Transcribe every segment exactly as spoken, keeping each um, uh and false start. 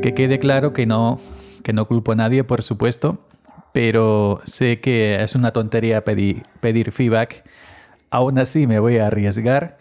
Que quede claro que no, que no culpo a nadie, por supuesto, pero sé que es una tontería pedir, pedir feedback. Aún así me voy a arriesgar,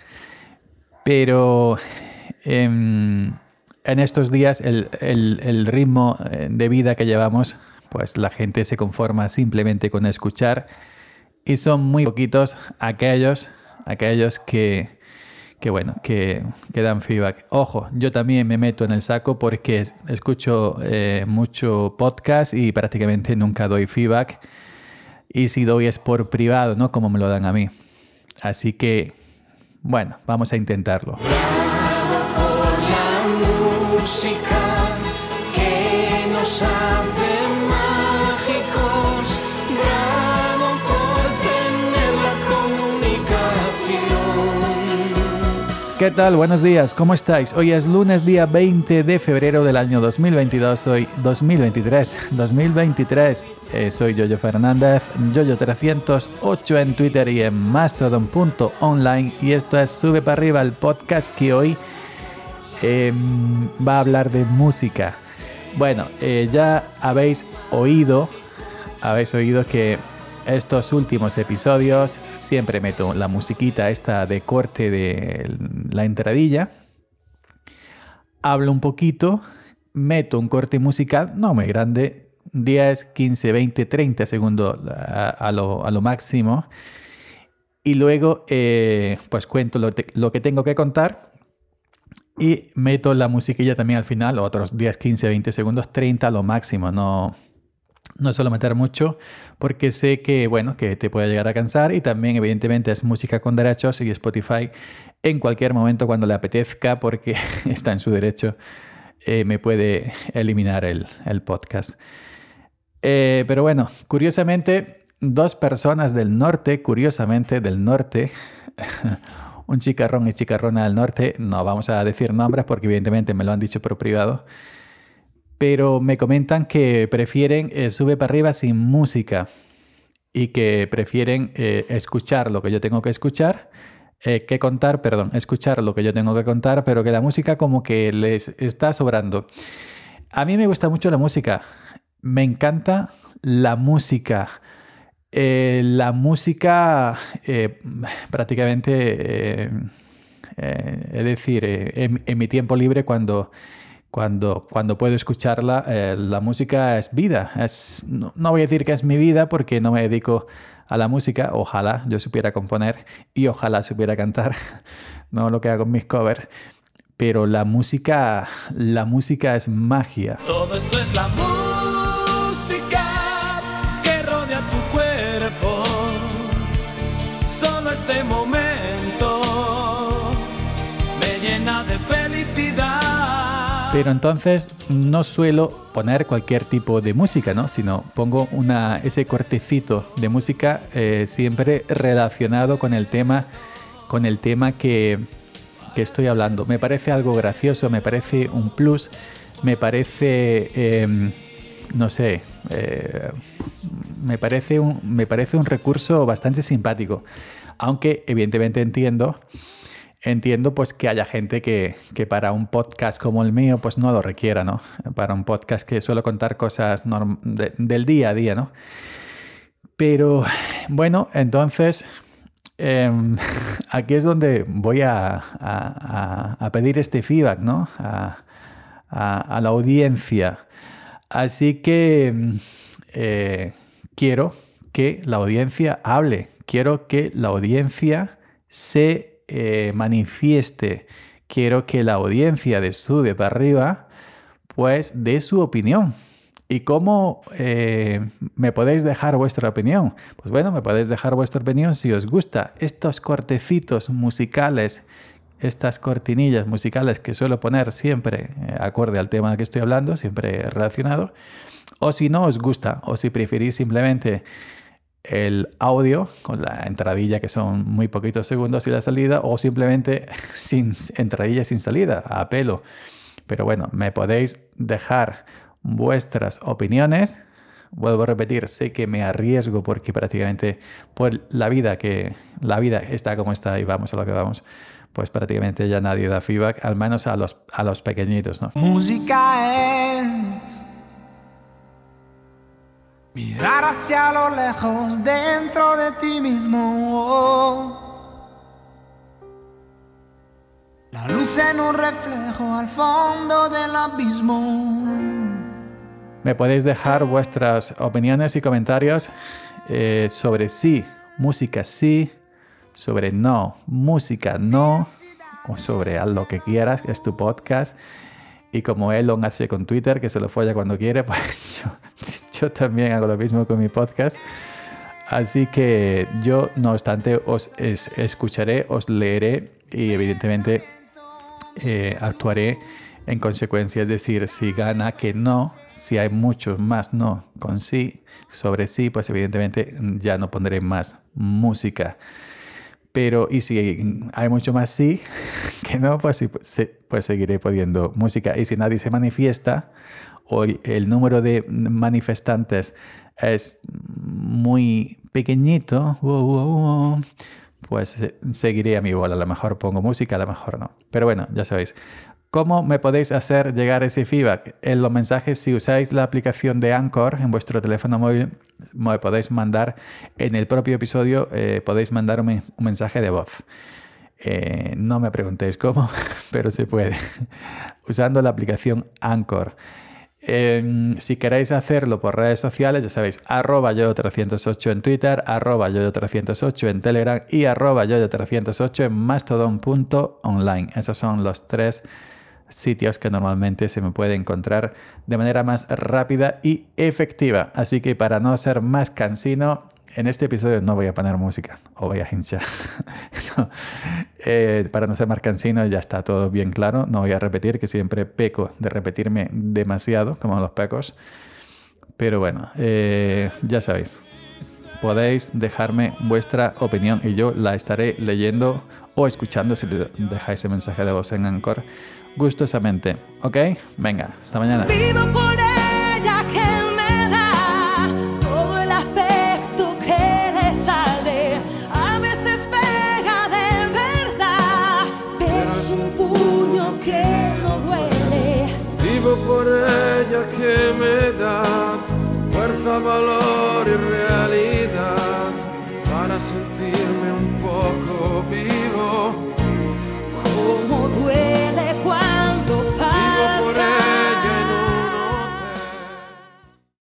pero eh, en estos días el, el, el ritmo de vida que llevamos, pues la gente se conforma simplemente con escuchar y son muy poquitos aquellos, aquellos que, que, bueno, que, que dan feedback. Ojo, yo también me meto en el saco porque escucho eh, mucho podcast y prácticamente nunca doy feedback. Y si doy es por privado, no como me lo dan a mí. Así que, bueno, vamos a intentarlo. Bravo por la música que nos hace mágicos. Bravo por tener la comunicación. ¿Qué tal? Buenos días, ¿cómo estáis? Hoy es lunes, día veinte de febrero del año dos mil veintidós. Hoy dos mil veintitrés. dos mil veintitrés. Eh, soy Yoyo Fernández, Yoyo trescientos ocho en Twitter y en mastodon punto online. Y esto es Sube para Arriba, el podcast que hoy eh, va a hablar de música. Bueno, eh, ya habéis oído, habéis oído que estos últimos episodios siempre meto la musiquita esta de corte de la entradilla. Hablo un poquito, meto un corte musical, no muy grande, diez, quince, veinte, treinta segundos a, a, lo, a lo máximo. Y luego eh, pues cuento lo, te, lo que tengo que contar y meto la musiquilla también al final, otros diez, quince, veinte segundos, treinta a lo máximo. No, no suelo meter mucho porque sé que, bueno, que te puede llegar a cansar y también evidentemente es música con derechos y Spotify en cualquier momento cuando le apetezca, porque está en su derecho, eh, me puede eliminar el, el podcast. Eh, pero bueno, curiosamente, dos personas del norte, curiosamente del norte, un chicarrón y chicarrona del norte, no vamos a decir nombres porque evidentemente me lo han dicho por privado, pero me comentan que prefieren eh, Sube para Arriba sin música y que prefieren eh, escuchar lo que yo tengo que escuchar, eh, que contar, perdón, escuchar lo que yo tengo que contar, pero que la música como que les está sobrando. A mí me gusta mucho la música. Me encanta la música. Eh, la música eh, prácticamente, eh, eh, es decir, eh, en, en mi tiempo libre cuando, cuando, cuando puedo escucharla, eh, la música es vida. Es, no, no voy a decir que es mi vida porque no me dedico a la música. Ojalá yo supiera componer y ojalá supiera cantar, no lo que hago en mis covers. Pero la música, la música es magia. Todo esto es la música que rodea tu cuerpo. Solo este momento me llena de felicidad. Pero entonces no suelo poner cualquier tipo de música, ¿no? Sino pongo una, ese cortecito de música eh, siempre relacionado con el tema, con el tema que, que estoy hablando. Me parece algo gracioso, me parece un plus, me parece... Eh, no sé, eh, me parece un, me parece un recurso bastante simpático, aunque evidentemente entiendo, entiendo pues que haya gente que, que para un podcast como el mío pues no lo requiera, ¿no? Para un podcast que suelo contar cosas norm- de, del día a día, ¿no? Pero bueno, entonces eh, aquí es donde voy a, a, a, a pedir este feedback, ¿no? A, a, a la audiencia. Así que eh, quiero que la audiencia hable, quiero que la audiencia se eh, manifieste, quiero que la audiencia de Sube para Arriba pues dé su opinión. ¿Y cómo eh, me podéis dejar vuestra opinión? Pues bueno, me podéis dejar vuestra opinión si os gusta estos cortecitos musicales, estas cortinillas musicales que suelo poner siempre eh, acorde al tema que estoy hablando, siempre relacionado, o si no os gusta, o si preferís simplemente el audio con la entradilla que son muy poquitos segundos y la salida, o simplemente sin entradilla, sin salida, a pelo. Pero bueno, me podéis dejar vuestras opiniones. Vuelvo a repetir, sé que me arriesgo porque prácticamente por la vida que la vida está como está y vamos a lo que vamos. pues prácticamente ya nadie da feedback, al menos a los, a los pequeñitos, ¿no? Música es mirar hacia lo lejos dentro de ti mismo. La luz en un reflejo al fondo del abismo. Me podéis dejar vuestras opiniones y comentarios eh, sobre sí, música sí, sobre no, música no, o sobre haz lo que quieras, es tu podcast. Y como Elon hace con Twitter, que se lo folla cuando quiere, pues yo, yo también hago lo mismo con mi podcast. Así que yo, no obstante, os es, escucharé, os leeré y evidentemente eh, actuaré en consecuencia. Es decir, si gana que no, si hay muchos más no con sí, sobre sí, pues evidentemente ya no pondré más música. Pero, y si hay mucho más sí que no, pues, sí, pues, pues seguiré poniendo música. Y si nadie se manifiesta, o el, el número de manifestantes es muy pequeñito, uh, uh, uh, pues seguiré a mi bola. A lo mejor pongo música, a lo mejor no. Pero bueno, ya sabéis. ¿Cómo me podéis hacer llegar ese feedback? En los mensajes, si usáis la aplicación de Anchor en vuestro teléfono móvil, me podéis mandar en el propio episodio, eh, podéis mandar un, men- un mensaje de voz. Eh, no me preguntéis cómo, pero se puede. Usando la aplicación Anchor. Eh, si queréis hacerlo por redes sociales, ya sabéis, arroba yoyo trescientos ocho en Twitter, arroba yoyo trescientos ocho en Telegram y arroba yoyo trescientos ocho en mastodon punto online. Esos son los tres sitios que normalmente se me puede encontrar de manera más rápida y efectiva. Así que para no ser más cansino, en este episodio no voy a poner música o voy a hinchar. no. eh, para no ser más cansino, ya está todo bien claro. No voy a repetir, que siempre peco de repetirme demasiado, como los pecos. Pero bueno, eh, ya sabéis. Podéis dejarme vuestra opinión y yo la estaré leyendo o escuchando si dejáis el mensaje de voz en Anchor gustosamente. ¿Ok? Venga, hasta mañana. Vivo por ella que me da todo el afecto que le sale. A veces pega de verdad, pero es un puño que no duele. Vivo por ella que me da fuerza, valor y realidad para sentirme un poco vivo. Cómo duele cuando